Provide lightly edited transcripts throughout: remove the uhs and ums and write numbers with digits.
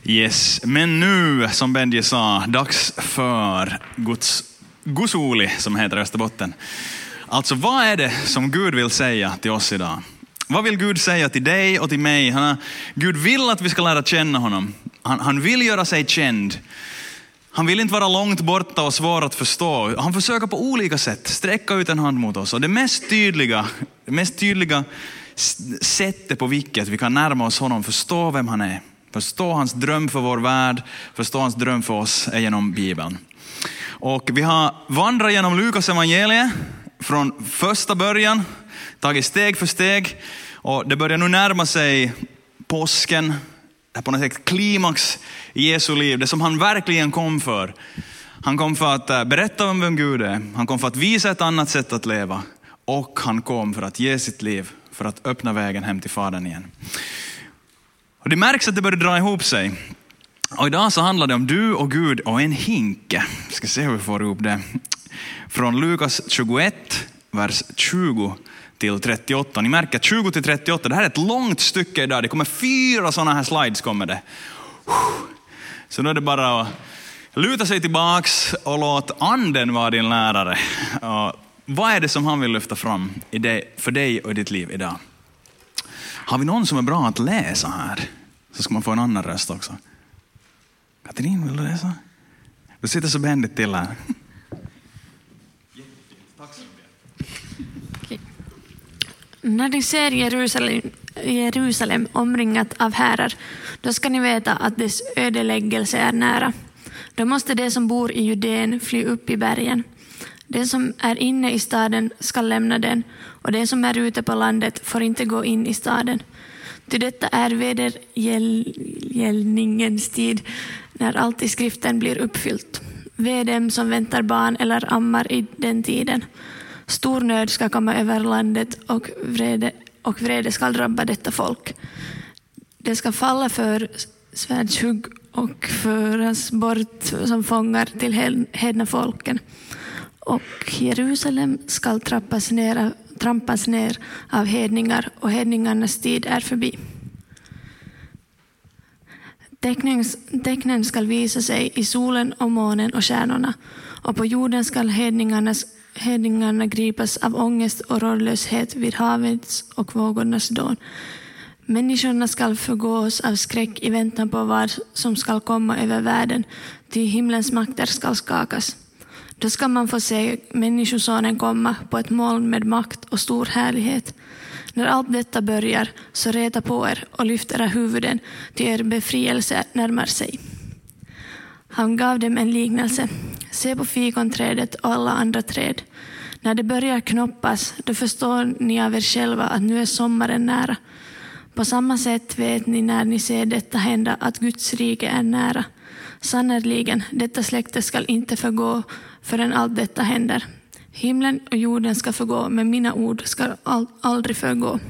Yes, men nu som Benji sa, dags för Guds ord som heter i Österbotten. Alltså vad är det som Gud vill säga till oss idag? Vad vill Gud säga till dig och till mig? Gud vill att vi ska lära känna honom. Han vill göra sig känd. Han vill inte vara långt borta och svår att förstå. Han försöker på olika sätt sträcka ut en hand mot oss. Och det mest tydliga sättet på vilket vi kan närma oss honom, förstå vem han är, förstå hans dröm för vår värld, förstå hans dröm för oss, är genom Bibeln. Och vi har vandrat genom Lukas evangeliet från första början, tagit steg för steg, och det börjar nu närma sig påsken. Det är på något sätt klimax i Jesu liv, det som han verkligen kom för. Han kom för att berätta om vem Gud är. Han kom för att visa ett annat sätt att leva. Och han kom för att ge sitt liv, för att öppna vägen hem till Fadern igen. Och det märks att det börjar dra ihop sig. Och idag så handlar det om du och Gud och en hinke. Vi ska se hur vi får ihop det. Från Lukas 21, vers 20 till 38. Ni märker 20 till 38. Det här är ett långt stycke idag. Det kommer 4 sådana här slides kommer det. Så då är det bara att luta sig tillbaks och låt anden vara din lärare. Och vad är det som han vill lyfta fram för dig och i ditt liv idag? Har vi någon som är bra att läsa här? Så ska man få en annan röst också. Katrin, vill du läsa? Du sitter så behändigt till här. Tack så mycket. Okay. När ni ser Jerusalem omringat av härar, då ska ni veta att dess ödeläggelse är nära. Då måste de som bor i Judeen fly upp i bergen. De som är inne i staden ska lämna den, och de som är ute på landet får inte gå in i staden. Till detta är vedergällningens tid, när allt i skriften blir uppfyllt. Ve dem som väntar barn eller ammar i den tiden. Stor nöd ska komma över landet, och vrede ska drabba detta folk. Det ska falla för svärdshugg och föras bort som fångar till hedna folken. Och Jerusalem ska trampas ner av hedningar, och hedningarnas tid är förbi. Tecknen ska visa sig i solen och månen och stjärnorna, och på jorden ska hedningarna gripas av ångest och rådlöshet vid havets och vågornas dån. Människorna ska förgås av skräck i väntan på vad som ska komma över världen, till himlens makter ska skakas. Då ska man få se människosonen komma på ett moln med makt och stor härlighet. När allt detta börjar, så reta på er och lyft era huvuden, till er befrielse närmar sig. Han gav dem en liknelse. Se på fikonträdet och alla andra träd. När det börjar knoppas, då förstår ni av er själva att nu är sommaren nära. På samma sätt vet ni när ni ser detta hända att Guds rike är nära. Sannerligen, detta släkte skall inte förgå förrän allt detta händer. Himlen och jorden ska förgå, men mina ord ska aldrig förgå.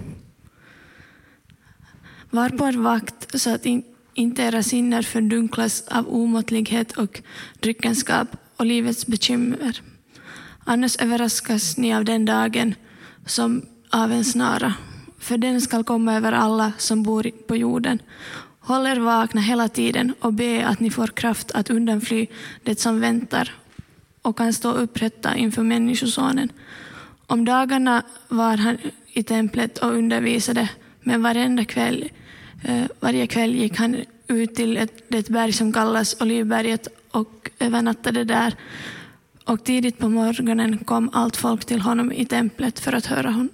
Var på er vakt så att inte era sinnen fördunklas av omåttlighet och dryckenskap och livets bekymmer. Annars överraskas ni av den dagen som av en snara, för den ska komma över alla som bor på jorden. Håll er vakna hela tiden och be att ni får kraft att undanfly det som väntar och kan stå upprätta inför människosonen. Om dagarna var han i templet och undervisade, men varje kväll gick han ut till det berg som kallas Olivberget och övernattade där. Och tidigt på morgonen kom allt folk till honom i templet för att höra honom.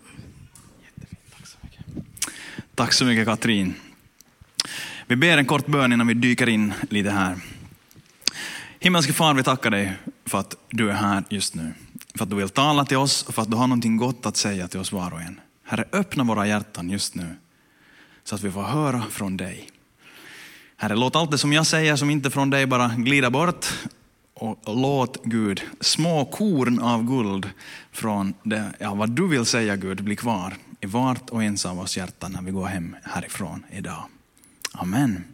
Tack så mycket Katrin. Vi ber en kort bön innan vi dyker in lite här. Himmelske far, vi tackar dig för att du är här just nu. För att du vill tala till oss och för att du har någonting gott att säga till oss var och en. Herre, öppna våra hjärtan just nu så att vi får höra från dig. Herre, låt allt det som jag säger som inte är från dig bara glida bort. Och låt Gud, små korn av guld från det, vad du vill säga Gud, bli kvar i vart och ens av oss hjärtan när vi går hem härifrån idag. Amen.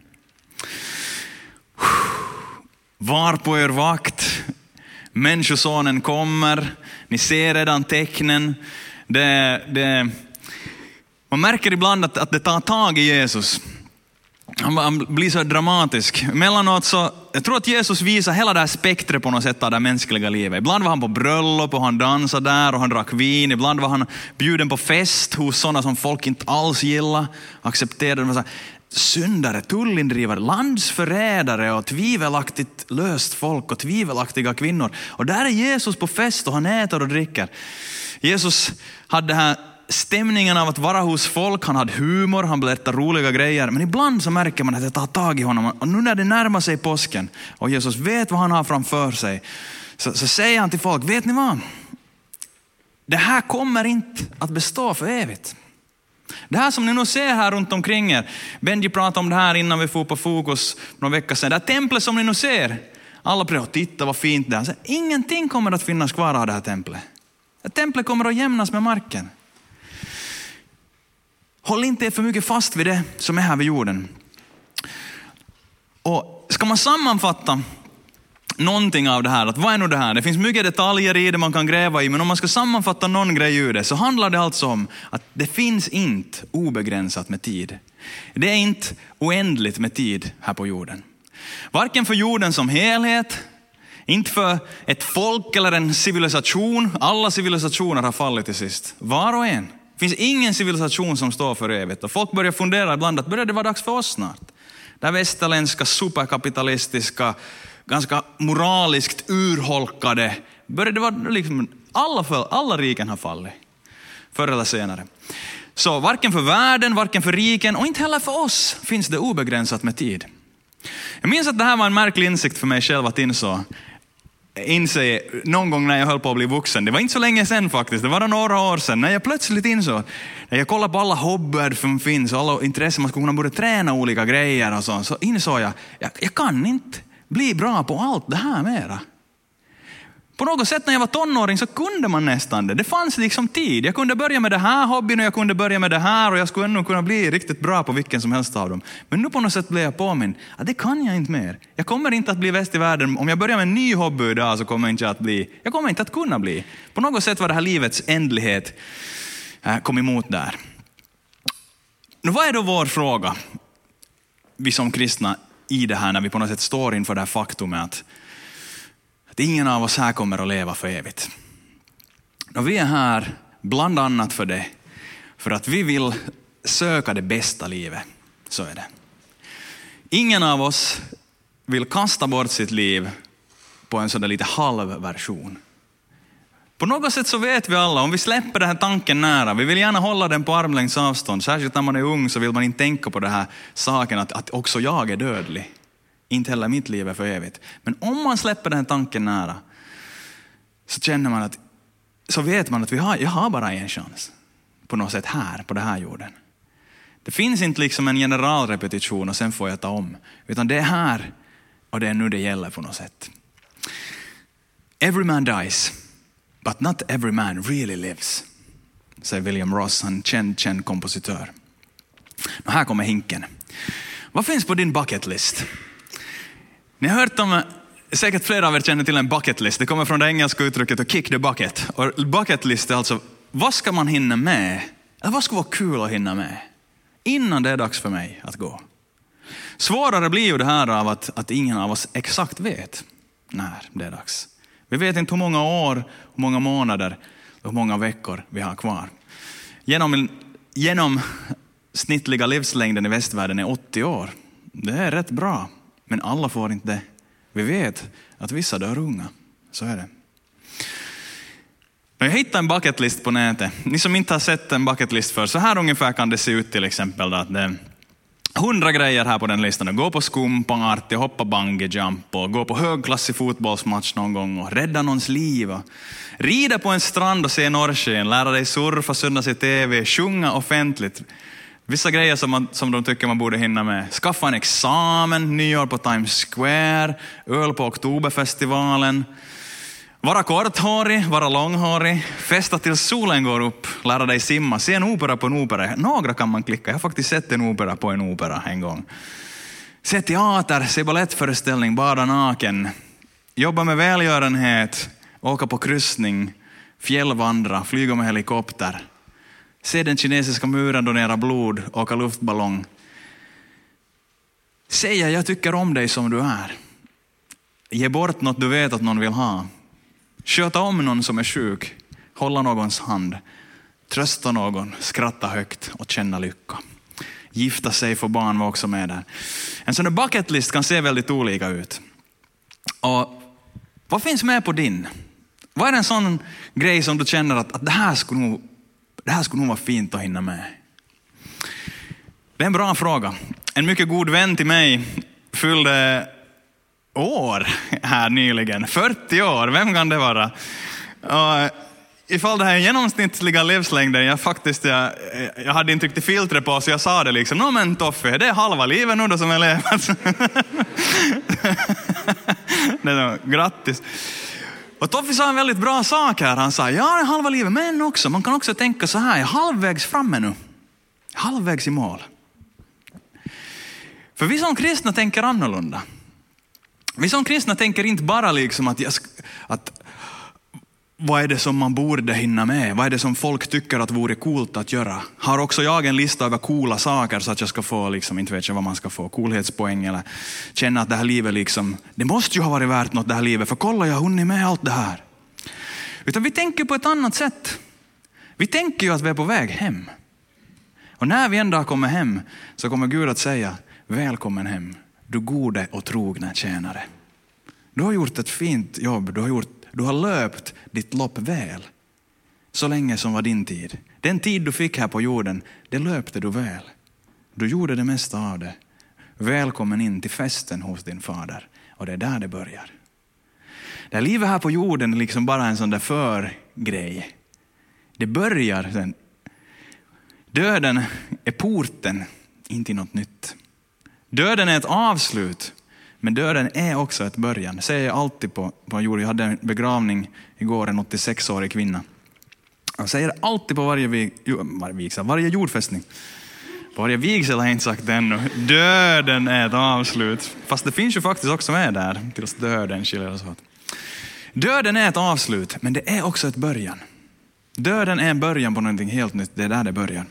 Var på er vakt. Människosonen kommer. Ni ser redan tecknen. Man märker ibland att det tar tag i Jesus. Han blir så dramatisk. Mellanåt så, jag tror att Jesus visar hela det här spektret på något sätt av det mänskliga livet. Ibland var han på bröllop och han dansade där och han drack vin. Ibland var han bjuden på fest hos sådana som folk inte alls gillar, accepterade. Syndare, tullindrivare, landsförrädare och tvivelaktigt löst folk och tvivelaktiga kvinnor. Och där är Jesus på fest och han äter och dricker. Jesus hade det här stämningen av att vara hos folk, han hade humor, han berättade roliga grejer, men ibland så märker man att det tar tag i honom. Och nu när det närmar sig påsken och Jesus vet vad han har framför sig, så säger han till folk, vet ni vad? Det här kommer inte att bestå för evigt. Det här som ni nu ser här runt omkring er, Benji pratade om det här innan vi får på fokus några veckor sedan, det här templet som ni nu ser, alla prövar att titta vad fint det är. Så ingenting kommer att finnas kvar av det här templet. Det templet kommer att jämnas med marken. Håll inte för mycket fast vid det som är här vid jorden. Och ska man sammanfatta någonting av det här, att vad är nu det här? Det finns mycket detaljer i det man kan gräva i, men om man ska sammanfatta någon grej ur det så handlar det alltså om att det finns inte obegränsat med tid. Det är inte oändligt med tid här på jorden. Varken för jorden som helhet, inte för ett folk eller en civilisation. Alla civilisationer har fallit till sist. Var och en. Det finns ingen civilisation som står för evigt. Och folk börjar fundera ibland att börjar det vara dags för oss snart. Det här västerländska, superkapitalistiska, ganska moraliskt urholkade. Börjar det vara liksom, alla riken har fallit. Förr eller senare. Så varken för världen, varken för riken och inte heller för oss finns det obegränsat med tid. Jag minns att det här var en märklig insikt för mig själv att inse någon gång när jag höll på att bli vuxen. Det var inte så länge sedan faktiskt, det var några år sedan. När jag plötsligt insåg, när jag kollade på alla hobbyer som finns och alla intressen, man skulle kunna börja träna olika grejer och så insåg jag kan inte bli bra på allt det här mera. På något sätt när jag var tonåring så kunde man nästan det. Det fanns liksom tid. Jag kunde börja med det här hobbyn och jag kunde börja med det här och jag skulle ännu kunna bli riktigt bra på vilken som helst av dem. Men nu på något sätt blev jag påminn att det kan jag inte mer. Jag kommer inte att bli bäst i världen. Om jag börjar med en ny hobby idag så kommer jag kommer inte att kunna bli. På något sätt var det här livets ändlighet kom emot där. Nu vad är då vår fråga? Vi som kristna i det här när vi på något sätt står inför det här faktumet att ingen av oss här kommer att leva för evigt. Och vi är här bland annat för det. För att vi vill söka det bästa livet. Så är det. Ingen av oss vill kasta bort sitt liv på en sån där lite halv version. På något sätt så vet vi alla, om vi släpper den här tanken nära, vi vill gärna hålla den på armlängds avstånd. Särskilt när man är ung så vill man inte tänka på den här saken att också jag är dödlig. Inte heller mitt liv är för evigt. Men om man släpper den här tanken nära så känner man att, så vet man att jag har bara en chans på något sätt här, på den här jorden. Det finns inte liksom en generalrepetition och sen får jag ta om. Utan det är här och det är nu det gäller på något sätt. Every man dies, but not every man really lives. Säger William Ross, en känd kompositör. Och här kommer hinken. Vad finns på din bucket list? Ni har hört om, säkert flera av er känner till en bucket list. Det kommer från det engelska uttrycket att kick the bucket. Och bucket list är alltså, vad ska man hinna med? Eller vad ska vara kul att hinna med? Innan det är dags för mig att gå. Svårare blir ju det här av att ingen av oss exakt vet när det är dags. Vi vet inte hur många år, hur många månader och hur många veckor vi har kvar. Genom snittliga livslängden i västvärlden är 80 år. Det är rätt bra. Men alla får inte det. Vi vet att vissa dör unga. Så är det. Jag hittade en bucketlist på nätet. Ni som inte har sett en bucketlist för, så här ungefär kan det se ut till exempel. Att det är 100 grejer här på den listan. Gå på skumparty, hoppa bungee jump och gå på högklassig fotbollsmatch någon gång och rädda någons liv. Rida på en strand och se norrsken, lära dig surfa, söndags i tv, sjunga offentligt. Vissa grejer som de tycker man borde hinna med. Skaffa en examen, nyår på Times Square, öl på Oktoberfestivalen. Vara korthårig, vara långhårig, festa till solen går upp, lära dig simma, se en opera på en opera. Några kan man klicka, jag har faktiskt sett en opera på en opera en gång. Se teater, se ballettföreställning, bada naken. Jobba med välgörenhet, åka på kryssning, fjällvandra, flyga med helikopter. Se den kinesiska muren, donera blod, åka luftballong. Säga jag tycker om dig som du är. Ge bort något du vet att någon vill ha. Sköta om någon som är sjuk. Hålla någons hand. Trösta någon. Skratta högt och känna lycka. Gifta sig, få barn var också med där. En sån här bucket list kan se väldigt olika ut. Och vad finns med på din? Vad är en sån grej som du känner att det här skulle nog vara fint att hinna med? Det är en bra fråga. En mycket god vän till mig fyllde år här nyligen. 40 år, vem kan det vara? Och ifall det här är genomsnittliga livslängden, jag hade inte riktigt filter på, så jag sa det liksom, men Toffe, det är halva livet nu då som jag lever. Det är grattis. Och Toffe sa en väldigt bra sak här. Han sa, ja det är halva livet, men också, man kan också tänka så här, jag är halvvägs framme nu. Halvvägs i mål. För vi som kristna tänker annorlunda. Vi som kristna tänker inte bara liksom att vad är det som man borde hinna med? Vad är det som folk tycker att vore coolt att göra? Har också jag en lista över coola saker så att jag ska få, liksom, inte vet jag vad man ska få, coolhetspoäng eller känna att det här livet liksom, det måste ju ha varit värt något det här livet, för kolla jag har hunnit med allt det här. Utan vi tänker på ett annat sätt. Vi tänker ju att vi är på väg hem. Och när vi en dag kommer hem så kommer Gud att säga, välkommen hem, du gode och trogna tjänare. Du har gjort ett fint jobb, du har löpt ditt lopp väl. Så länge som var din tid. Den tid du fick här på jorden, det löpte du väl. Du gjorde det mesta av det. Välkommen in till festen hos din fader. Och det är där det börjar. Det här livet här på jorden är liksom bara en sån där förgrej. Det börjar sen. Döden är porten, inte något nytt. Döden är ett avslut. Men döden är också ett början. Det säger jag alltid på jord. Jag hade en begravning igår, en 86-årig kvinna. Jag säger det alltid på varje jordfästning. På varje vigsel har jag inte sagt det ännu. Döden är ett avslut. Fast det finns ju faktiskt också med där. Tills döden skiljer oss åt. Döden är ett avslut, men det är också ett början. Döden är en början på någonting helt nytt. Det är där det börjar.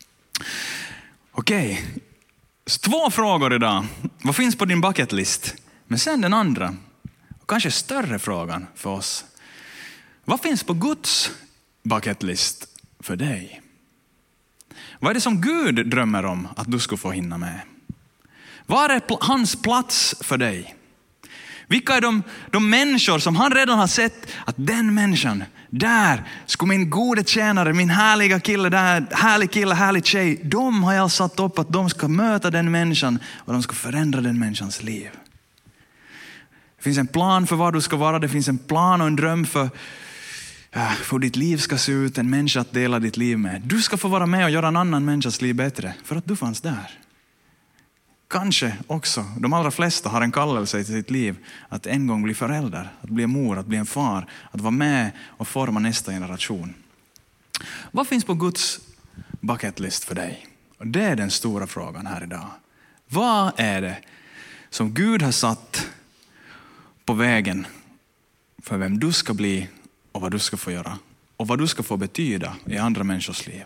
Okej. 2 frågor idag. Vad finns på din bucket list? Men sen den andra, och kanske större frågan för oss. Vad finns på Guds bucket list för dig? Vad är det som Gud drömmer om att du ska få hinna med? Vad är hans plats för dig? Vilka är de människor som han redan har sett att den människan, där ska min gode tjänare, min härliga kille, där, härlig kille, härlig tjej, de har jag satt upp att de ska möta den människan och de ska förändra den människans liv. Det finns en plan för vad du ska vara, det finns en plan och en dröm för hur ditt liv ska se ut, en människa att dela ditt liv med. Du ska få vara med och göra en annan människas liv bättre för att du fanns där. Kanske också, de allra flesta har en kallelse i sitt liv att en gång bli förälder, att bli en mor, att bli en far, att vara med och forma nästa generation. Vad finns på Guds bucket list för dig? Och det är den stora frågan här idag. Vad är det som Gud har satt på vägen för vem du ska bli och vad du ska få göra och vad du ska få betyda i andra människors liv?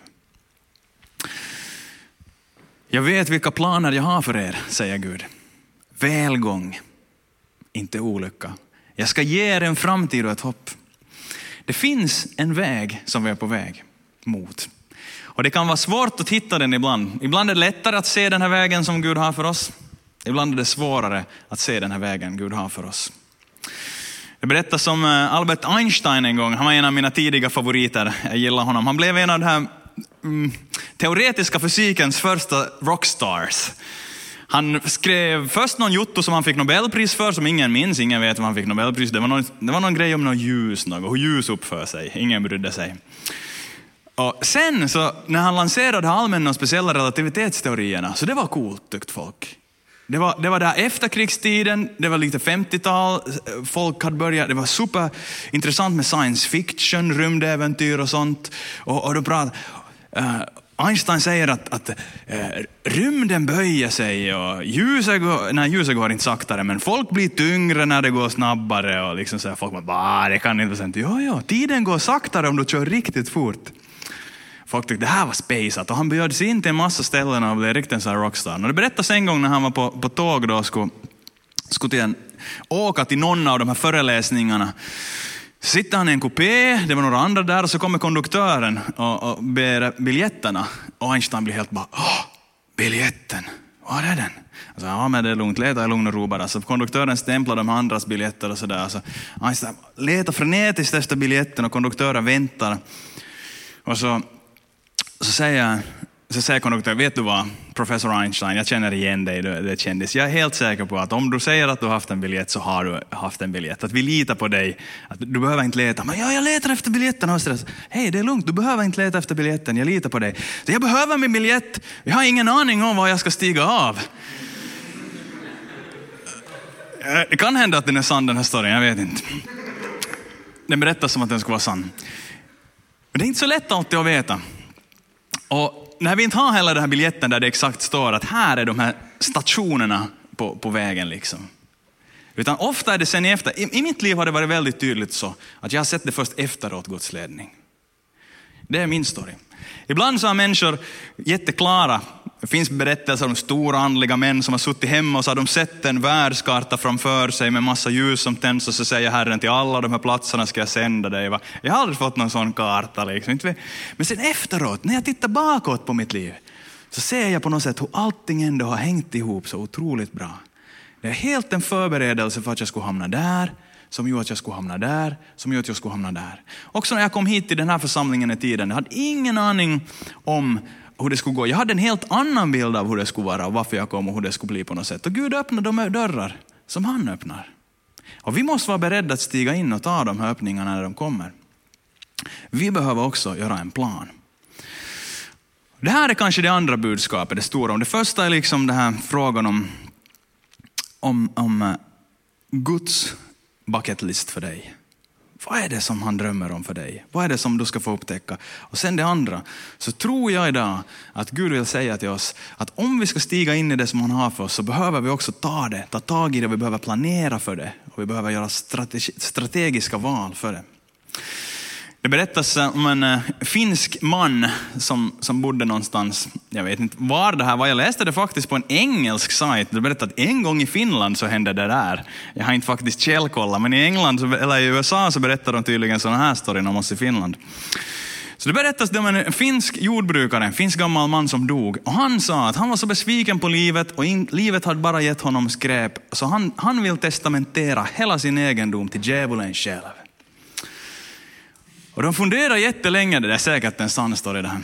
Jag vet vilka planer jag har för er, säger Gud. Välgång, inte olycka. Jag ska ge er en framtid och ett hopp. Det finns en väg som vi är på väg mot. Och det kan vara svårt att hitta den ibland. Ibland är det lättare att se den här vägen som Gud har för oss. Ibland är det svårare att se den här vägen Gud har för oss. Det berättas om Albert Einstein en gång. Han var en av mina tidiga favoriter. Jag gillar honom. Han blev en av de här teoretiska fysikens första rockstars. Han skrev först någon jotto som han fick Nobelpris för, som ingen minns. Ingen vet vad han fick Nobelpris. Det var någon grej om något ljus, hur ljus uppför sig. Ingen brydde sig. Och sen så när han lanserade allmänna och speciella relativitetsteorierna, så det var coolt tyckte folk. Det var där efter krigstiden, det var lite 50-tal, folk hade börjat, det var superintressant med science fiction, rymdäventyr och sånt. Och då pratade Einstein säger att rymden böjer sig och ljuset går inte saktare, men folk blir tyngre när det går snabbare och liksom så här, folk bara, det kan inte vara sant. Ja, tiden går saktare om du kör riktigt fort. folk tyckte det här var spejsat. Och han bjöd sig in till en massa ställen och blev riktigt en sån här rockstar. Och det berättas en gång när han var på tåg då skulle åka till någon av de här föreläsningarna. Så sitter han i en kupé, det var några andra där, och så kommer konduktören och ber biljetterna. Och Einstein blir helt bara, biljetten, vad är den? Alltså, ja, men det är lugnt, leta i lugn och ro bara. Så konduktören stämplar de andras biljetter och sådär. Så Einstein letar frenetiskt efter biljetten och konduktören väntar. Och så säger konduktören, vet du vad, professor Einstein, jag känner igen dig, det kändis. Jag är helt säker på att om du säger att du har haft en biljett så har du haft en biljett. Att vi litar på dig, att du behöver inte leta. Men jag letar efter biljetten. Hej, det är lugnt, du behöver inte leta efter biljetten, jag litar på dig. Så jag behöver min biljett, jag har ingen aning om var jag ska stiga av. Det kan hända att den är sann, den här storyn, jag vet inte. Den berättas som att den ska vara sann. Men det är inte så lätt alltid att veta. Och när vi inte har heller den här biljetten där det exakt står att här är de här stationerna på vägen liksom. Utan ofta är det sen efter. I mitt liv har det varit väldigt tydligt så att jag har sett det först efteråt, Guds ledning. Det är min story. Ibland så har människor jätteklara. Det finns berättelser om stora andliga män som har suttit hemma och så har de sett en världskarta framför sig med massa ljus som tänds, och så säger Herren till alla de här platserna ska jag sända dig. Jag har aldrig fått någon sån karta liksom. Men sen efteråt, när jag tittar bakåt på mitt liv, så ser jag på något sätt hur allting ändå har hängt ihop så otroligt bra. Det är helt en förberedelse för att jag skulle hamna där, som gjorde att jag skulle hamna där, som gjorde att jag skulle hamna där. Också när jag kom hit till den här församlingen i tiden, jag hade ingen aning om hur det skulle gå. Jag hade en helt annan bild av hur det skulle vara och varför jag kom och hur det skulle bli på något sätt. Och Gud öppnar de dörrar som han öppnar. Och vi måste vara beredda att stiga in och ta de här öppningarna när de kommer. Vi behöver också göra en plan. Det här är kanske det andra budskapet, det stora. Det första är liksom den här frågan om Guds bucket list för dig. Vad är det som han drömmer om för dig? Vad är det som du ska få upptäcka? Och sen det andra, så tror jag idag att Gud vill säga till oss att om vi ska stiga in i det som han har för oss, så behöver vi också ta tag i det, vi behöver planera för det. Och vi behöver göra strategiska val för det. Det berättas om en finsk man som bodde någonstans, jag vet inte var det här var, jag läste det faktiskt på en engelsk sajt. Det berättar att en gång i Finland så hände det där. Jag har inte faktiskt källkollat, men i England eller i USA så berättar de tydligen sådana här storyn om oss i Finland. Så det berättas om en finsk jordbrukare, en finsk gammal man som dog. Och han sa att han var så besviken på livet och livet hade bara gett honom skräp. Så han vill testamentera hela sin egendom till djävulen själv. Och de funderar jättelänge, det är säkert en sann story det här.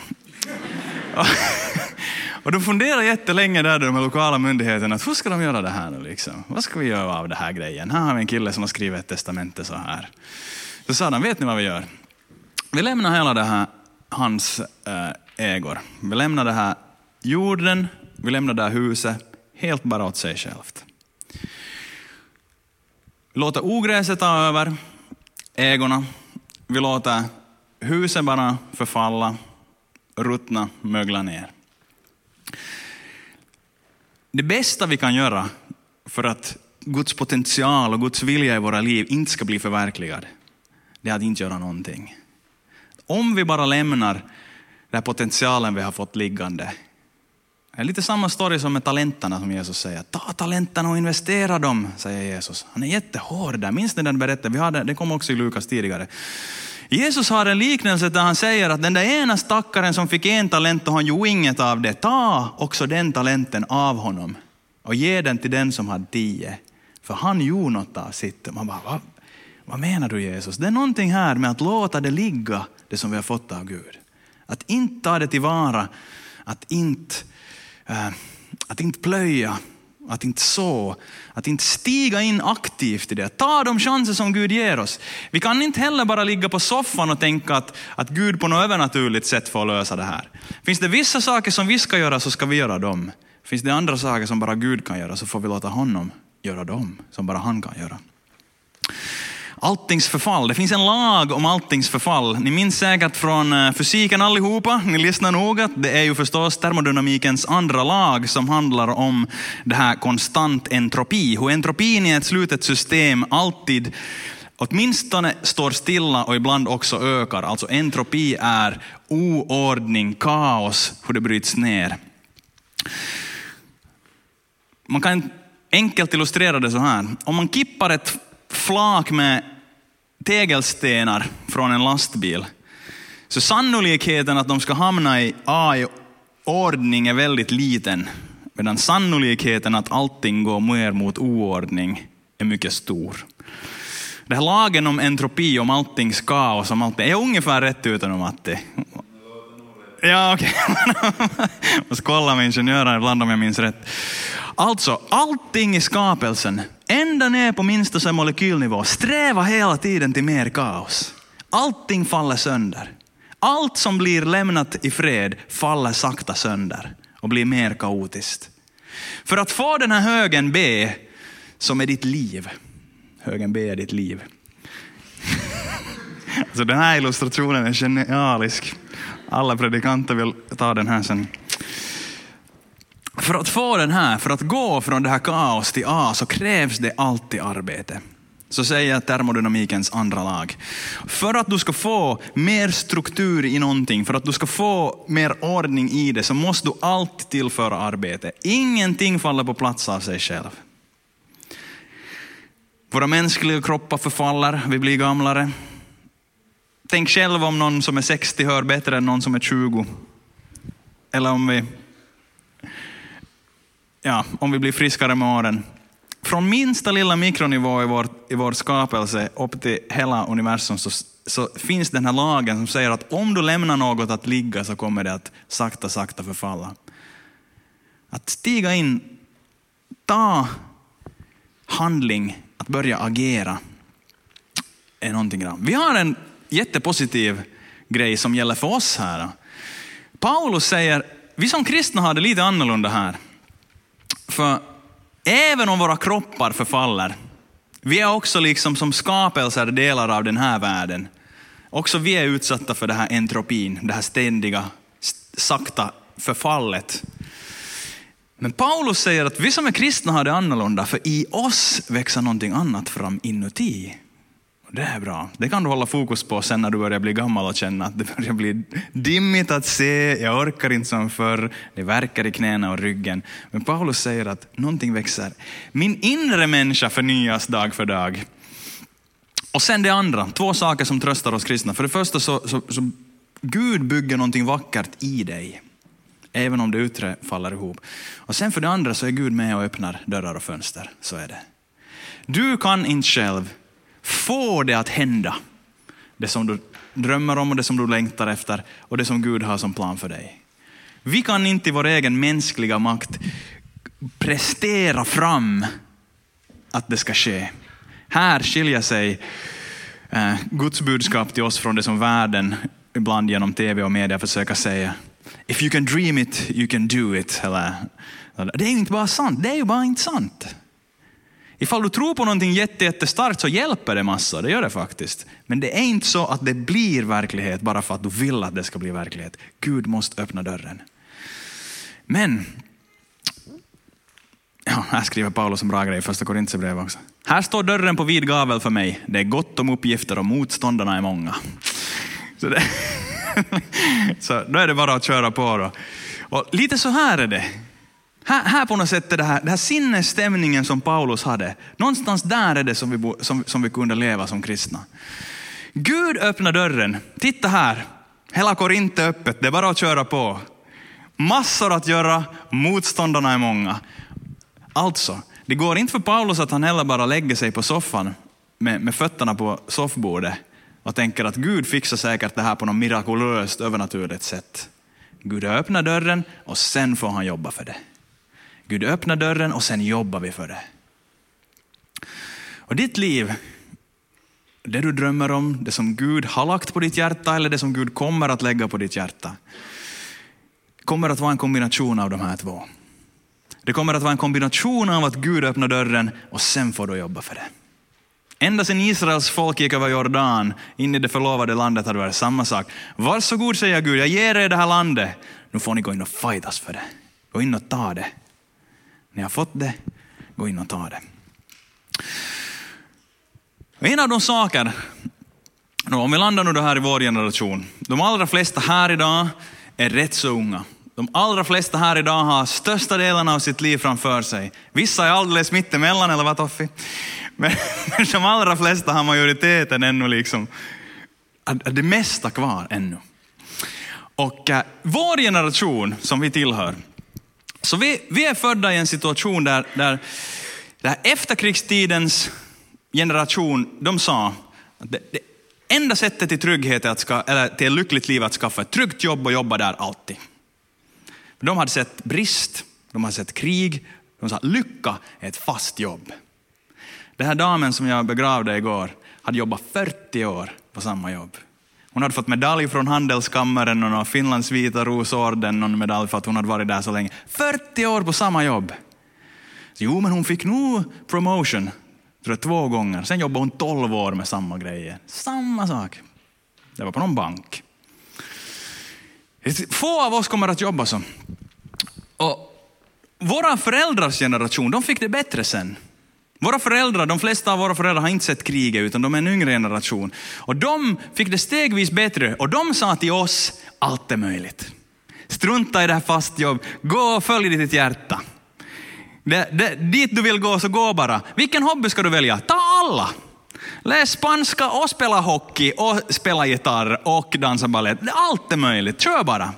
Och de funderar jättelänge där, de lokala myndigheterna, att hur ska de göra det här nu liksom? Vad ska vi göra av det här grejen? Här har vi en kille som har skrivit ett testamente så här. Så sa de, vet ni vad vi gör? Vi lämnar hela det här, hans ägor. Vi lämnar det här jorden, vi lämnar det här huset, helt bara åt sig självt. Vi låter ogräset ta över ägorna. Vi låter huset bara förfalla, ruttna, mögla ner. Det bästa vi kan göra för att Guds potential och Guds vilja i våra liv inte ska bli förverkligad, det är att inte göra någonting. Om vi bara lämnar den här potentialen vi har fått liggande. Det är lite samma story som med talenterna som Jesus säger. Ta talenterna och investera dem, säger Jesus. Han är jättehård där. Minns ni den berättelsen? Det kom också i Lukas tidigare. Jesus har en liknelse där han säger att den där ena stackaren som fick en talent och han gjorde inget av det. Ta också den talenten av honom och ge den till den som hade 10. För han gjorde något av sitt. Man bara, vad menar du Jesus? Det är någonting här med att låta det ligga, det som vi har fått av Gud. Att inte ta det tillvara, att inte plöja, att inte så, att inte stiga in aktivt i det. Ta de chanser som Gud ger oss. Vi kan inte heller bara ligga på soffan och tänka att Gud på något övernaturligt sätt får lösa det här. Finns det vissa saker som vi ska göra så ska vi göra dem. Finns det andra saker som bara Gud kan göra så får vi låta honom göra dem som bara han kan göra. Alltings förfall. Det finns en lag om alltings förfall. Ni minns säkert från fysiken allihopa. Ni lyssnar noga. Det är ju förstås termodynamikens andra lag som handlar om det här konstant entropi. Hur entropin i ett slutet system alltid åtminstone står stilla och ibland också ökar. Alltså entropi är oordning, kaos, hur det bryts ner. Man kan enkelt illustrera det så här. Om man kippar ett flak med tegelstenar från en lastbil, så sannolikheten att de ska hamna i ordning är väldigt liten. Medan sannolikheten att allting går mer mot oordning är mycket stor. Det här lagen om entropi, om alltings kaos, om allting, är ungefär rätt utan om att det. Ja, okej. Jag ska kolla med ingenjörer ibland om jag minns rätt. Alltså, allting i skapelsen, ända ner på minsta molekylnivå, strävar hela tiden till mer kaos. Allting faller sönder. Allt som blir lämnat i fred faller sakta sönder och blir mer kaotiskt. För att få den här högen B, som är ditt liv. Högen B är ditt liv. Alltså den här illustrationen är genialisk. Alla predikanter vill ta den här sen. För att få den här, för att gå från det här kaos till A, så krävs det alltid arbete. Så säger termodynamikens andra lag. För att du ska få mer struktur i någonting, för att du ska få mer ordning i det, så måste du alltid tillföra arbete. Ingenting faller på plats av sig själv. Våra mänskliga kroppar förfaller, vi blir gamlare. Tänk själv om någon som är 60 hör bättre än någon som är 20. Eller om vi blir friskare med åren. Från minsta lilla mikronivå i vår skapelse upp till hela universum så finns den här lagen som säger att om du lämnar något att ligga så kommer det att sakta förfalla. Att stiga in, ta handling, att börja agera är någonting bra. Vi har en jättepositiv grej som gäller för oss här. Paulus säger, vi som kristna har det lite annorlunda här. För även om våra kroppar förfaller, vi är också liksom som skapelser delar av den här världen. Också vi är utsatta för det här entropin, det här ständiga, sakta förfallet. Men Paulus säger att vi som är kristna har det annorlunda, för i oss växer någonting annat fram inuti. Det är bra. Det kan du hålla fokus på sen när du börjar bli gammal och känna att det börjar bli dimmigt att se. Jag orkar inte som förr. Det verkar i knäna och ryggen. Men Paulus säger att någonting växer. Min inre människa förnyas dag för dag. Och sen det andra. 2 saker som tröstar oss kristna. För det första så Gud bygger någonting vackert i dig. Även om det yttre faller ihop. Och sen för det andra så är Gud med och öppnar dörrar och fönster. Så är det. Du kan inte själv få det att hända. Det som du drömmer om och det som du längtar efter och det som Gud har som plan för dig. Vi kan inte i vår egen mänskliga makt prestera fram att det ska ske. Här skiljer sig Guds budskap till oss från det som världen ibland genom tv och media försöker säga. If you can dream it, you can do it. Det är ju inte bara sant, det är ju bara inte sant. Ifall du tror på någonting jättestarkt så hjälper det massa, det gör det faktiskt. Men det är inte så att det blir verklighet bara för att du vill att det ska bli verklighet. Gud måste öppna dörren. Men, här skriver Paulus en bra grej i första Korinthierbrevet också. Här står dörren på vid gavel för mig. Det är gott om uppgifter och motståndarna är många. Så då är det bara att köra på då. Och lite så här är det. Här på något sätt är det här sinnesstämningen som Paulus hade. Någonstans där är det som vi kunde leva som kristna. Gud öppnar dörren. Titta här. Hela Korinthe öppet. Det är bara att köra på. Massor att göra. Motståndarna är många. Alltså, det går inte för Paulus att han heller bara lägger sig på soffan med fötterna på soffbordet och tänker att Gud fixar säkert det här på något mirakulöst övernaturligt sätt. Gud öppnar dörren och sen får han jobba för det. Gud öppnar dörren och sen jobbar vi för det. Och ditt liv, det du drömmer om, det som Gud har lagt på ditt hjärta eller det som Gud kommer att lägga på ditt hjärta, kommer att vara en kombination av de här 2. Det kommer att vara en kombination av att Gud öppnar dörren och sen får du jobba för det. Ända sedan Israels folk gick över Jordan in i det förlovade landet hade det varit samma sak. Varsågod, säger Gud, jag ger er det här landet. Nu får ni gå in och fightas för det. Gå in och ta det. Ni har fått det, gå in och ta det. En av de saker, om vi landar nu då här i vår generation, de allra flesta här idag är rätt så unga. De allra flesta här idag har största delen av sitt liv framför sig. Vissa är alldeles mittemellan, eller vad Toffi? Men de allra flesta har majoriteten ännu liksom, det mesta kvar ännu. Och vår generation som vi tillhör, så vi är födda i en situation där efterkrigstidens generation, de sa att det enda sättet till trygghet är eller till ett lyckligt liv att skaffa ett tryggt jobb och jobba där alltid. De hade sett brist, de hade sett krig, de sa lycka är ett fast jobb. Den här damen som jag begravde igår hade jobbat 40 år på samma jobb. Hon hade fått medalj från Handelskammaren och Finlands vita rosorden, någon medalj för att hon hade varit där så länge. 40 år på samma jobb. Så, jo, men hon fick nog promotion, tror jag 2 gånger. Sen jobbade hon 12 år med samma grejer. Samma sak. Det var på någon bank. Få av oss kommer att jobba så. Och våra föräldrars generation, de fick det bättre sen. Våra föräldrar, de flesta av våra föräldrar har inte sett kriget utan de är en yngre generation. Och de fick det stegvis bättre och de sa till oss, allt är möjligt. Strunta i det här fast jobb, gå och följ ditt hjärta. Dit du vill gå så gå bara. Vilken hobby ska du välja? Ta alla. Läs spanska och spela hockey och spela gitarr och dansa balett. Allt är möjligt, kör bara.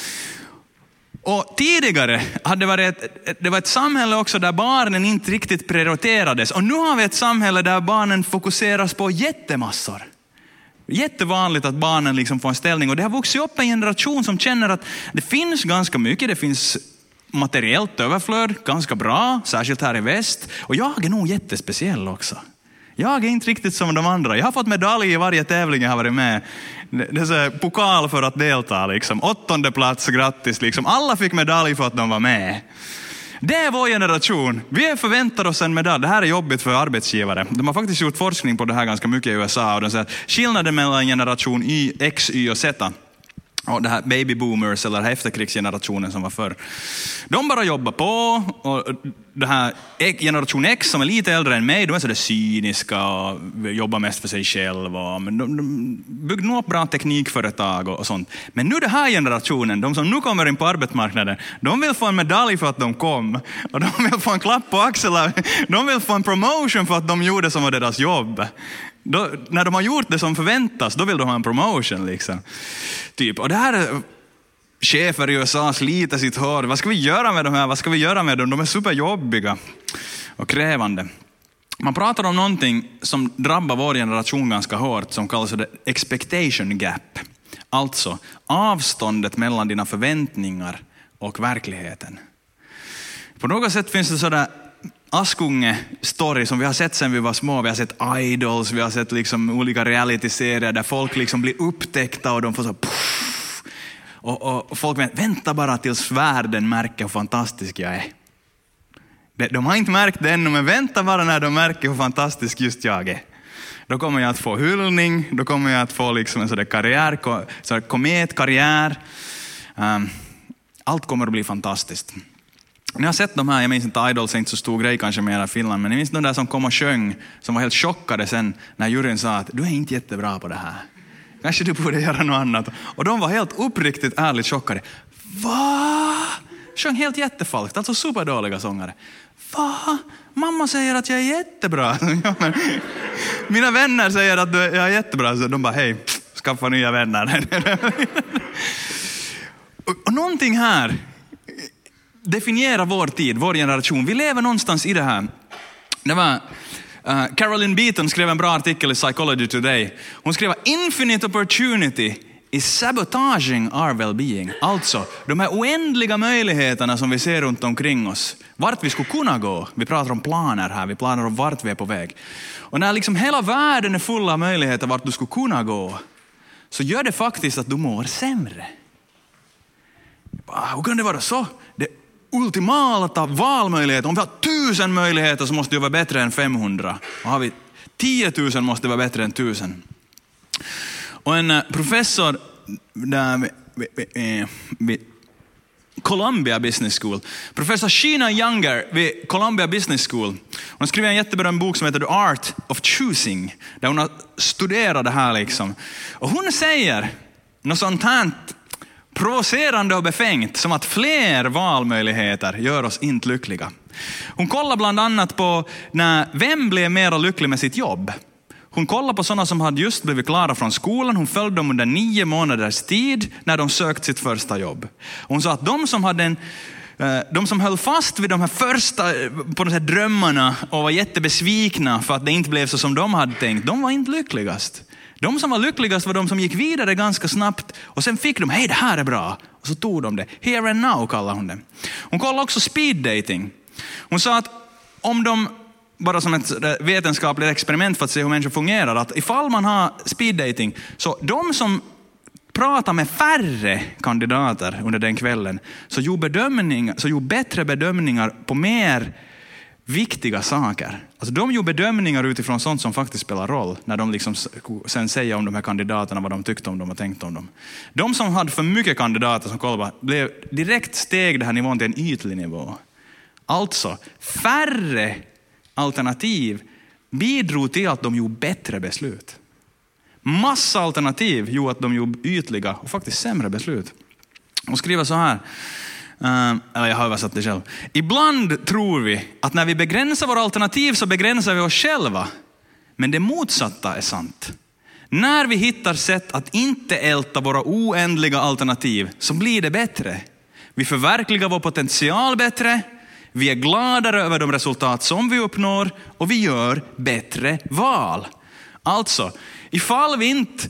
Och tidigare hade det var ett samhälle också där barnen inte riktigt prioriterades. Och nu har vi ett samhälle där barnen fokuseras på jättemassor. Jättevanligt att barnen liksom får en ställning. Och det har vuxit upp en generation som känner att det finns ganska mycket. Det finns materiellt överflöd, ganska bra, särskilt här i väst. Och jag är nog jättespeciell också. Jag är inte riktigt som de andra. Jag har fått medalj i varje tävling jag har varit med. Det är så pokal för att delta liksom. 8:e plats, grattis liksom. Alla fick medalj för att de var med. Det är vår generation. Vi förväntar oss en medalj. Det här är jobbigt för arbetsgivare. De har faktiskt gjort forskning på det här ganska mycket i USA. Och de säger att skillnaden mellan generation Y, X, Y och Z, och det här baby boomers eller efterkrigsgenerationen som var förr. De bara jobbar på, och det här generation X som är lite äldre än mig, de är så där cyniska och jobbar mest för sig själva. Men de byggde nog upp bra teknikföretag och sånt. Men nu den här generationen, de som nu kommer in på arbetsmarknaden, de vill få en medalj för att de kom. Och de vill få en klapp på axeln. De vill få en promotion för att de gjorde som var deras jobb. När de har gjort det som förväntas, då vill de ha en promotion liksom. Typ. Och det här chefer i USA sliter sitt hår. Vad ska vi göra med de här? Vad ska vi göra med dem? De är superjobbiga och krävande. Man pratar om någonting som drabbar vår generation ganska hårt som kallas det expectation gap. Alltså avståndet mellan dina förväntningar och verkligheten. På något sätt finns det sådär Askunge-story som vi har sett sedan vi var små. Vi har sett Idols, vi har sett liksom olika reality-serier där folk liksom blir upptäckta och de får så puff, och folk väntar bara tills världen märker hur fantastisk jag är. De har inte märkt det ännu, men väntar bara när de märker hur fantastisk just jag är. Då kommer jag att få hyllning, då kommer jag att få liksom en sån kometkarriär. Allt kommer att bli fantastiskt. Ni har sett de här, jag minns inte, Idols är inte så stor grej kanske mer i Finland, men ni minns de där som kom och sjöng, som var helt chockade sen när juryn sa att du är inte jättebra på det här. Kanske du borde göra något annat. Och de var helt uppriktigt ärligt chockade. Va? Sjöng helt jättefalskt, alltså superdåliga sångare. Va? Mamma säger att jag är jättebra. Mina vänner säger att jag är jättebra, så de bara hej, skaffa nya vänner. Och någonting här definierar vår tid, vår generation. Vi lever någonstans i det här. Det var Caroline Beaton skrev en bra artikel i Psychology Today. Hon skrev infinite opportunity is sabotaging our well-being. Alltså, de här oändliga möjligheterna som vi ser runt omkring oss. Vart vi skulle kunna gå. Vi pratar om planer här. Vi planerar om vart vi är på väg. Och när liksom hela världen är full av möjligheter vart du skulle kunna gå, så gör det faktiskt att du mår sämre. Hur kan det vara så? Det ultimata valmöjligheter. Om vi har 1000 möjligheter så måste det vara bättre än 500. Och har vi 10 000 måste det vara bättre än 1000. Och en professor där Columbia Business School. Professor Sheena Younger vid Columbia Business School. Hon har skrivit en jätteberömd bok som heter The Art of Choosing. Där hon har studerat det här liksom. Och hon säger något sånt här provocerande och befängt som att fler valmöjligheter gör oss inte lyckliga. Hon kollar bland annat på vem blev mer lycklig med sitt jobb. Hon kollade på sådana som hade just blivit klara från skolan. Hon följde dem under 9 månaders tid när de sökt sitt första jobb. Hon sa att de som höll fast vid de här första på de här drömmarna och var jättebesvikna för att det inte blev så som de hade tänkt, de var inte lyckligast. De som var lyckligast var de som gick vidare ganska snabbt och sen fick de, hej det här är bra. Och så tog de det. Here and now kallar hon det. Hon kollade också speed dating. Hon sa att om de, bara som ett vetenskapligt experiment för att se hur människor fungerar, att ifall man har speed dating, så de som pratar med färre kandidater under den kvällen, så gjorde bättre bedömningar på mer viktiga saker. Alltså de gjorde bedömningar utifrån sånt som faktiskt spelar roll när de liksom sen säger om de här kandidaterna vad de tyckte om dem och tänkte om dem. De som hade för mycket kandidater som kollade blev direkt steg det här nivån till en ytlig nivå. Alltså färre alternativ bidrog till att de gjorde bättre beslut. Massa alternativ gjorde att de gjorde ytliga och faktiskt sämre beslut. Och skriver så här, eller jag har översatt det själv. Ibland tror vi att när vi begränsar våra alternativ så begränsar vi oss själva. Men det motsatta är sant. När vi hittar sätt att inte älta våra oändliga alternativ så blir det bättre. Vi förverkligar vår potential bättre. Vi är gladare över de resultat som vi uppnår och vi gör bättre val. Alltså, ifall vi inte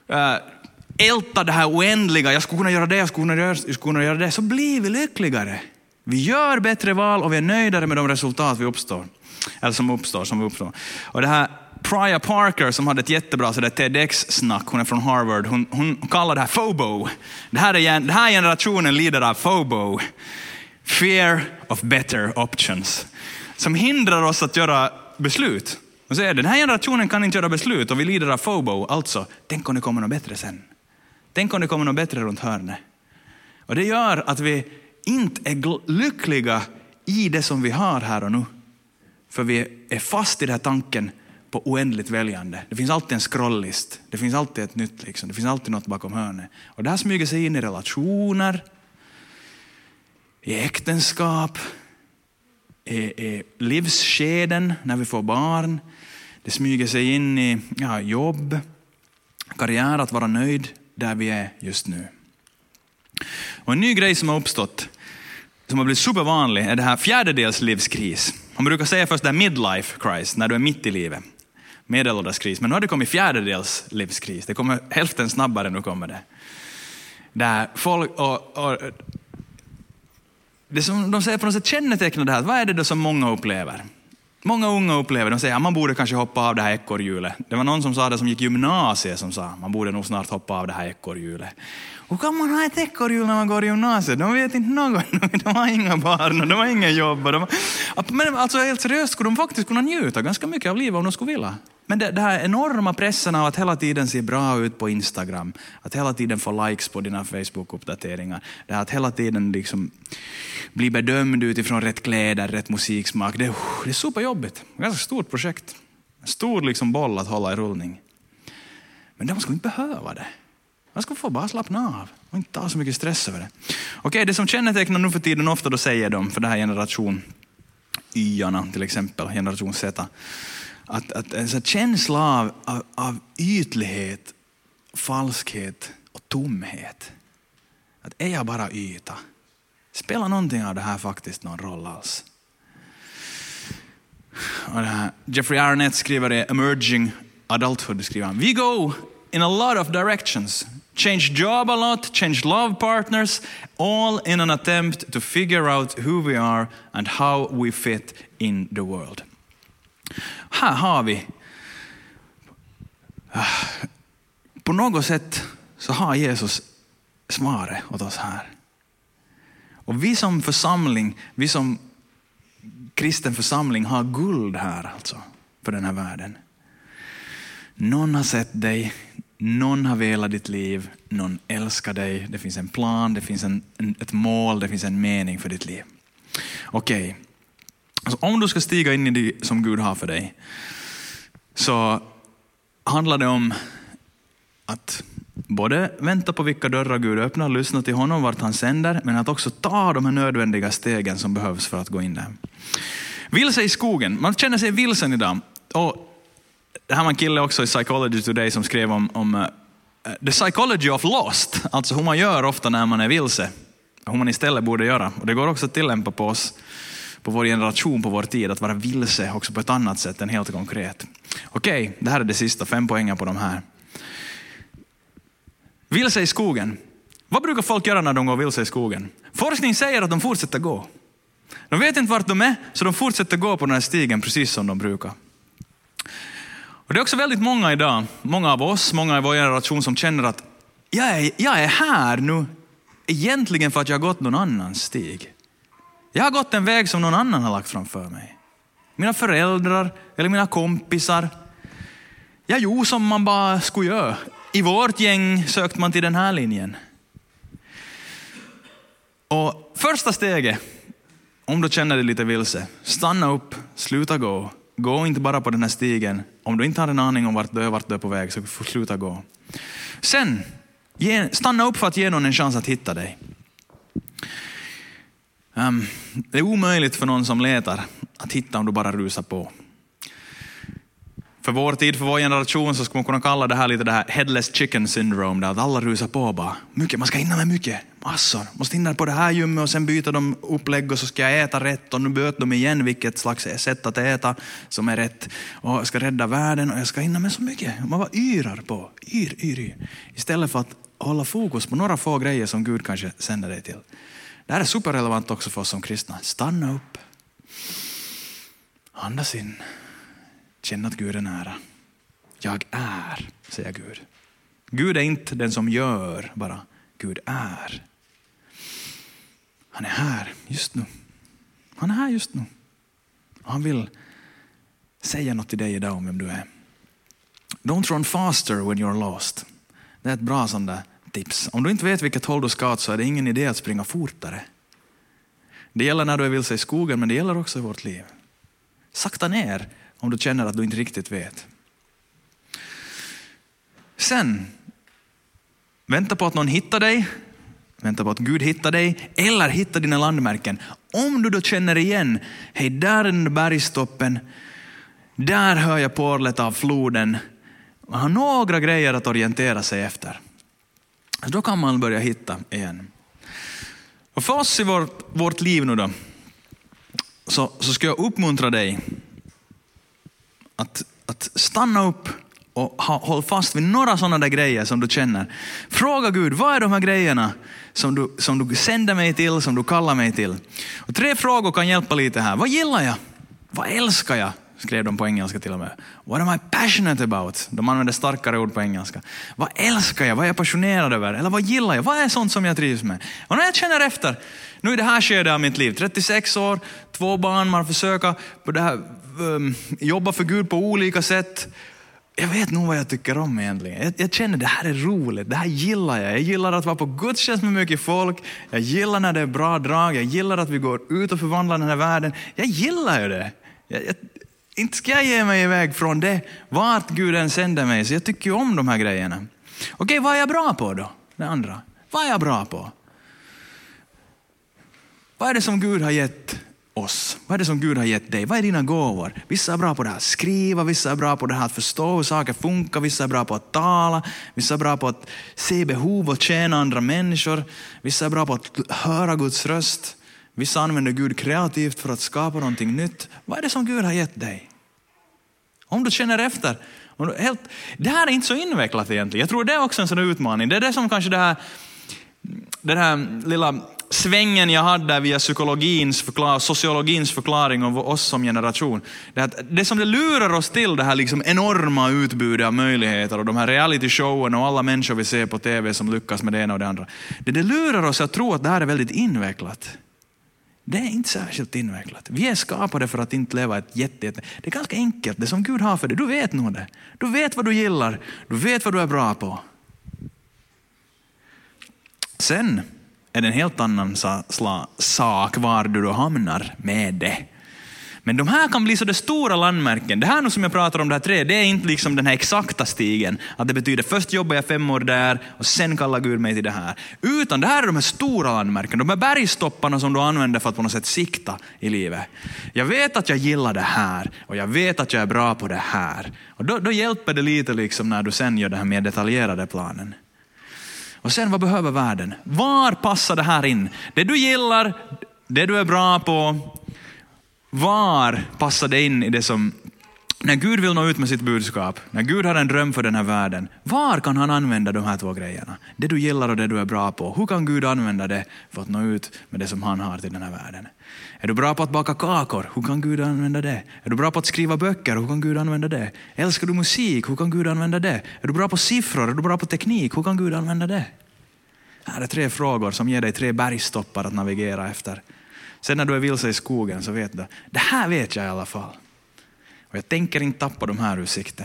ältar det här oändliga, jag skulle kunna göra det, jag skulle kunna göra det, så blir vi lyckligare. Vi gör bättre val och vi är nöjdare med de resultat som uppstår. Och det här Priya Parker som hade ett jättebra TEDx-snack, hon är från Harvard, hon kallar det här FOBO. Den här generationen lider av FOBO. Fear of better options. Som hindrar oss att göra beslut. Och så är det, den här generationen kan inte göra beslut och vi lider av FOBO. Alltså, tänk om det kommer något bättre sen. Tänk om det kommer något bättre runt hörnet. Och det gör att vi inte är lyckliga i det som vi har här och nu. För vi är fast i den här tanken på oändligt väljande. Det finns alltid en scrolllist. Det finns alltid ett nytt liksom. Det finns alltid något bakom hörnet. Och det här smyger sig in i relationer, i äktenskap, i livsskeden när vi får barn. Det smyger sig in i jobb, karriär, att vara nöjd där vi är just nu. Och en ny grej som har uppstått, som har blivit supervanlig, är det här fjärdedels livskris. Man brukar säga först det midlife crisis, när du är mitt i livet. Medelålderskris. Men nu har det kommit fjärdedels livskris. Det kommer hälften snabbare nu kommer det. Där folk och det som de säger på något sätt kännetecknar det här. Vad är det då som många upplever? Många unga upplever, de säger att man borde kanske hoppa av det här ekorrhjulet. Det var någon som sa det som gick gymnasiet som sa man borde nog snart hoppa av det här ekorrhjulet. Och kan man ha ett ekorrhjul när man går i gymnasiet? De vet inte någon. De har inga barn och de har inga jobb. Men alltså helt seriöst skulle de faktiskt kunna njuta ganska mycket av livet om de skulle vilja. Men det här enorma pressen av att hela tiden se bra ut på Instagram. Att hela tiden få likes på dina Facebook-uppdateringar. Det här att hela tiden liksom bli bedömd utifrån rätt kläder, rätt musiksmak. Det är superjobbigt. Det är ett ganska stort projekt. En stor liksom boll att hålla i rullning. Men de skulle inte behöva det. Man ska få bara slappna av och inte ta så mycket stress över det. Okej, det som kännetecknar nu för tiden ofta då säger de, för det här generation Y-arna till exempel, generation Z, att en sån känsla av ytlighet, falskhet och tomhet. Att är jag bara yta? Spelar någonting av det här faktiskt någon roll alls? Och det här, Jeffrey Arnett skriver i Emerging Adulthood, skriver han, we go in a lot of directions. Change job a lot, change love partners, all in an attempt to figure out who we are and how we fit in the world. Här har vi, på något sätt så har Jesus svaret åt oss här. Och vi som församling, vi som kristen församling har guld här alltså för den här världen. Någon har sett dig, någon har velat ditt liv, någon älskar dig, det finns en plan, det finns ett mål, det finns en mening för ditt liv. Okej. Alltså, om du ska stiga in i det som Gud har för dig, så handlar det om att både vänta på vilka dörrar Gud öppnar, lyssna till honom vart han sänder, men att också ta de här nödvändiga stegen som behövs för att gå in där. Vilse i skogen. Man känner sig vilsen idag. Och det här var en kille också i Psychology Today som skrev om the psychology of lost. Alltså hur man gör ofta när man är vilse. Hur man istället borde göra. Och det går också att tillämpa på oss, på vår generation, på vår tid, att vara vilse också på ett annat sätt än helt konkret. Okej, det här är det sista, 5 poäng på de här. Vilse i skogen. Vad brukar folk göra när de går vilse i skogen? Forskning säger att de fortsätter gå. De vet inte vart de är, så de fortsätter gå på den här stigen precis som de brukar. Och det är också väldigt många idag, många av oss, många i vår generation som känner att jag är här nu egentligen för att jag har gått någon annans stig. Jag har gått en väg som någon annan har lagt framför mig. Mina föräldrar eller mina kompisar. Jag gjorde som man bara skulle göra. I vårt gäng sökte man till den här linjen. Och första steget, om du känner dig lite vilse, stanna upp, sluta gå. Gå inte bara på den här stigen. Om du inte har en aning om vart du är på väg, så får sluta gå. Sen, stanna upp för att ge någon en chans att hitta dig. Det är omöjligt för någon som letar att hitta om du bara rusar på. För vår tid, för vår generation, så ska man kunna kalla det här lite det här headless chicken syndrome, där att alla rusar på bara. Mycket, man ska hinna med mycket, massor. Måste hinna på det här gymmet och sen byta de upplägg och så ska jag äta rätt och nu böt de igen vilket slags sätt att äta som är rätt. Och jag ska rädda världen och jag ska hinna med så mycket. Man bara yrar på, yr. Istället för att hålla fokus på några få grejer som Gud kanske sänder dig till. Det här är superrelevant också för oss som kristna. Stanna upp. Andas in. Känn att Gud är nära. Jag är, säger Gud. Gud är inte den som gör bara. Gud är. Han är här just nu. Han är här just nu. Han vill säga något till dig idag om vem du är. Don't run faster when you're lost. Det är ett bra sånt där tips. Om du inte vet vilket håll du ska så är det ingen idé att springa fortare. Det gäller när du är vilse i skogen, men det gäller också i vårt liv. Sakta ner om du känner att du inte riktigt vet. Sen, vänta på att någon hittar dig. Vänta på att Gud hittar dig. Eller hitta dina landmärken. Om du då känner igen, hej, där är den bergstoppen. Där hör jag porlet av floden. Man har några grejer att orientera sig efter. Då kan man börja hitta igen. Och för oss i vårt liv nu då, så ska jag uppmuntra dig att stanna upp och håll fast vid några sådana där grejer som du känner. Fråga Gud, vad är de här grejerna som du sänder mig till, som du kallar mig till? Och 3 frågor kan hjälpa lite här. Vad gillar jag? Vad älskar jag? Skrev de på engelska till och med. What am I passionate about? De använder starkare ord på engelska. Vad älskar jag? Vad är jag passionerad över? Eller vad gillar jag? Vad är sånt som jag trivs med? Och när jag känner efter, nu är det här skedet av mitt liv. 36 år, 2 barn, man försöker på det här, jobba för Gud på olika sätt. Jag vet nog vad jag tycker om egentligen. Jag känner det här är roligt. Det här gillar jag. Jag gillar att vara på gudstjänst med mycket folk. Jag gillar när det är bra drag. Jag gillar att vi går ut och förvandlar den här världen. Jag gillar ju det. Inte ska jag ge mig iväg från det. Vart Gud än sänder mig. Så jag tycker ju om de här grejerna. Okej, vad är jag bra på då? Det andra. Vad är jag bra på? Vad är det som Gud har gett oss? Vad är det som Gud har gett dig? Vad är dina gåvor? Vissa är bra på det här att skriva. Vissa är bra på det här att förstå hur saker funkar. Vissa är bra på att tala. Vissa är bra på att se behov och tjäna andra människor. Vissa är bra på att höra Guds röst. Vissa använder Gud kreativt för att skapa någonting nytt. Vad är det som Gud har gett dig? Om du känner efter. Det här är inte så invecklat egentligen. Jag tror det är också en sån utmaning. Det är det som kanske den här lilla svängen jag hade via sociologins förklaring av oss som generation. Det som det lurar oss till, det här liksom enorma utbudet av möjligheter och de här reality-showen och alla människor vi ser på tv som lyckas med det ena och det andra. Det lurar oss att tro att det här är väldigt invecklat. Det är inte särskilt invecklat. Vi är skapade för att inte leva ett jätte. Det är ganska enkelt. Det som Gud har för dig. Du vet nog det. Du vet vad du gillar. Du vet vad du är bra på. Sen är det en helt annan sak var du då hamnar med det. Men de här kan bli så det stora landmärken. Det här nu som jag pratar om, det här 3, det är inte liksom den här exakta stigen. Att det betyder först jobbar jag 5 år där och sen kallar Gud mig till det här. Utan det här är de här stora landmärken. De här bergstopparna som du använder för att på något sätt sikta i livet. Jag vet att jag gillar det här och jag vet att jag är bra på det här. Och då hjälper det lite liksom när du sen gör den här mer detaljerade planen. Och sen, vad behöver världen? Var passar det här in? Det du gillar, det du är bra på. Var passar det in i det som, när Gud vill nå ut med sitt budskap, när Gud har en dröm för den här världen, var kan han använda de här 2 grejerna? Det du gillar och det du är bra på. Hur kan Gud använda det för att nå ut med det som han har till den här världen? Är du bra på att baka kakor? Hur kan Gud använda det? Är du bra på att skriva böcker? Hur kan Gud använda det? Älskar du musik? Hur kan Gud använda det? Är du bra på siffror? Är du bra på teknik? Hur kan Gud använda det? Här är 3 frågor som ger dig 3 bergstoppar att navigera efter. Sen när du är vilse i skogen så vet du, det här vet jag i alla fall. Och jag tänker inte tappa de här ur sikte.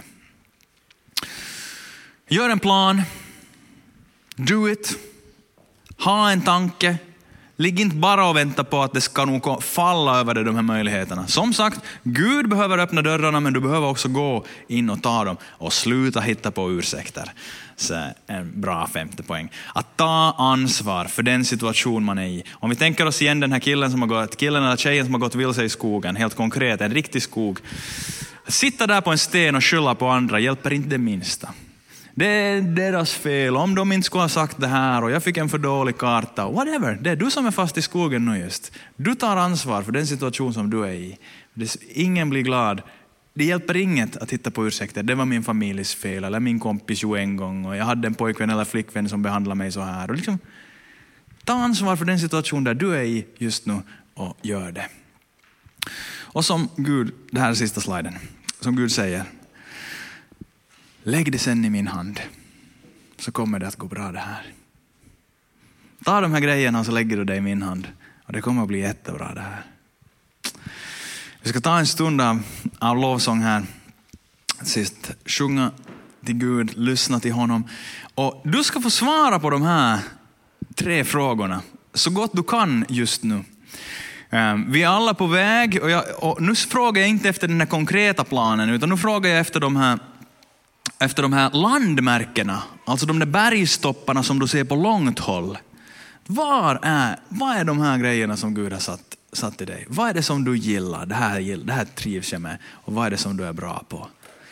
Gör en plan. Do it. Ha en tanke. Ligg inte bara och vänta på att det ska nog falla över dig, de här möjligheterna. Som sagt, Gud behöver öppna dörrarna, men du behöver också gå in och ta dem. Och sluta hitta på ursäkter. Så en bra 5:e poäng. Att ta ansvar för den situation man är i. Om vi tänker oss igen den här killen eller tjejen som har gått vilse i skogen. Helt konkret, en riktig skog. Sitta där på en sten och skylla på andra hjälper inte det minsta. Det är deras fel. Om de inte skulle ha sagt det här och jag fick en för dålig karta. Whatever. Det är du som är fast i skogen nu just. Du tar ansvar för den situation som du är i. Ingen blir glad. Det hjälper inget att hitta på ursäkter. Det var min familjs fel. Eller min kompis ju en gång. Och jag hade en pojkvän eller flickvän som behandlade mig så här. Och liksom, ta ansvar för den situation där du är i just nu. Och gör det. Och som Gud, det här är sista sliden. Som Gud säger. Lägg det sen i min hand. Så kommer det att gå bra det här. Ta de här grejerna och så lägger du det i min hand. Och det kommer att bli jättebra det här. Vi ska ta en stund av lovsång här. Sist sjunga till Gud, lyssna till honom. Och du ska få svara på de här 3 frågorna. Så gott du kan just nu. Vi är alla på väg. Och nu frågar jag inte efter den här konkreta planen. Utan nu frågar jag efter de här landmärkena. Alltså de där bergstopparna som du ser på långt håll. Vad är de här grejerna som Gud har satt i dig? Vad är det som du gillar? Det här trivs jag med. Och vad är det som du är bra på?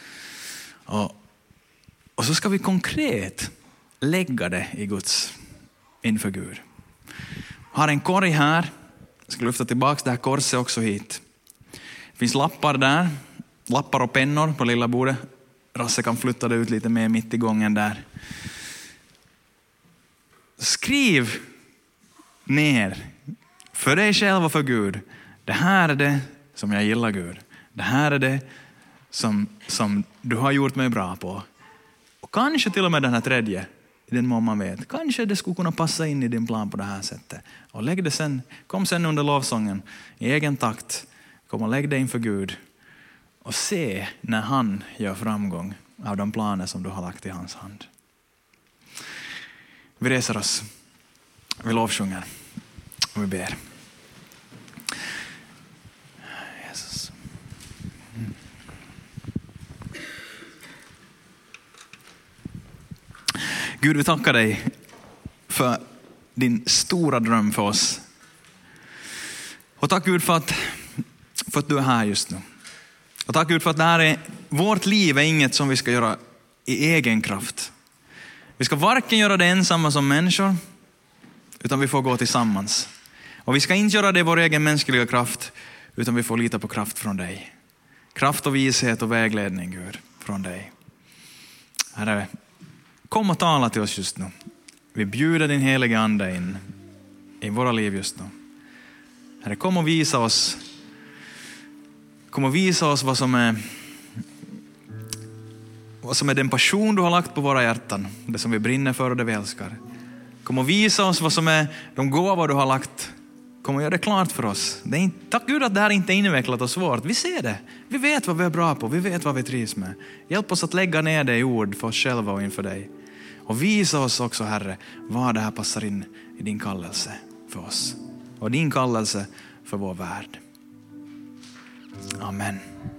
Och så ska vi konkret lägga det inför Gud. Jag har en korg här. Jag ska lyfta tillbaka det här korset också hit. Det finns lappar där. Lappar och pennor på lilla bordet. Rasse kan flytta det ut lite mer mitt i gången där. Skriv ner för dig själv och för Gud. Det här är det som jag gillar Gud. Det här är det som du har gjort mig bra på. Och kanske till och med den här 3:e, i den mån man vet. Kanske det skulle kunna passa in i din plan på det här sättet. Och lägg det sen, kom sen under lovsången i egen takt. Kom och lägg det inför Gud. Och se när han gör framgång av de planer som du har lagt i hans hand. Vi reser oss. Vi lovsjunger. Och vi ber. Jesus. Gud, vi tackar dig för din stora dröm för oss. Och tack Gud för att du är här just nu. Och tack Gud för att vårt liv är inget som vi ska göra i egen kraft. Vi ska varken göra det ensamma som människor, utan vi får gå tillsammans. Och vi ska inte göra det i vår egen mänskliga kraft, utan vi får lita på kraft från dig. Kraft och vishet och vägledning, Gud, från dig. Herre, kom och tala till oss just nu. Vi bjuder din heliga ande in i våra liv just nu. Herre, kom och visa oss. Kom och visa oss vad som är den passion du har lagt på våra hjärtan. Det som vi brinner för och det vi älskar. Kom och visa oss vad som är de gåvor du har lagt Kom och gör det klart för oss. Det är inte, tack Gud att det här inte är invecklat och svårt. Vi ser det. Vi vet vad vi är bra på. Vi vet vad vi trivs med. Hjälp oss att lägga ner det i ord för oss själva och inför dig. Och visa oss också, Herre, vad det här passar in i din kallelse för oss. Och din kallelse för vår värld. Amen.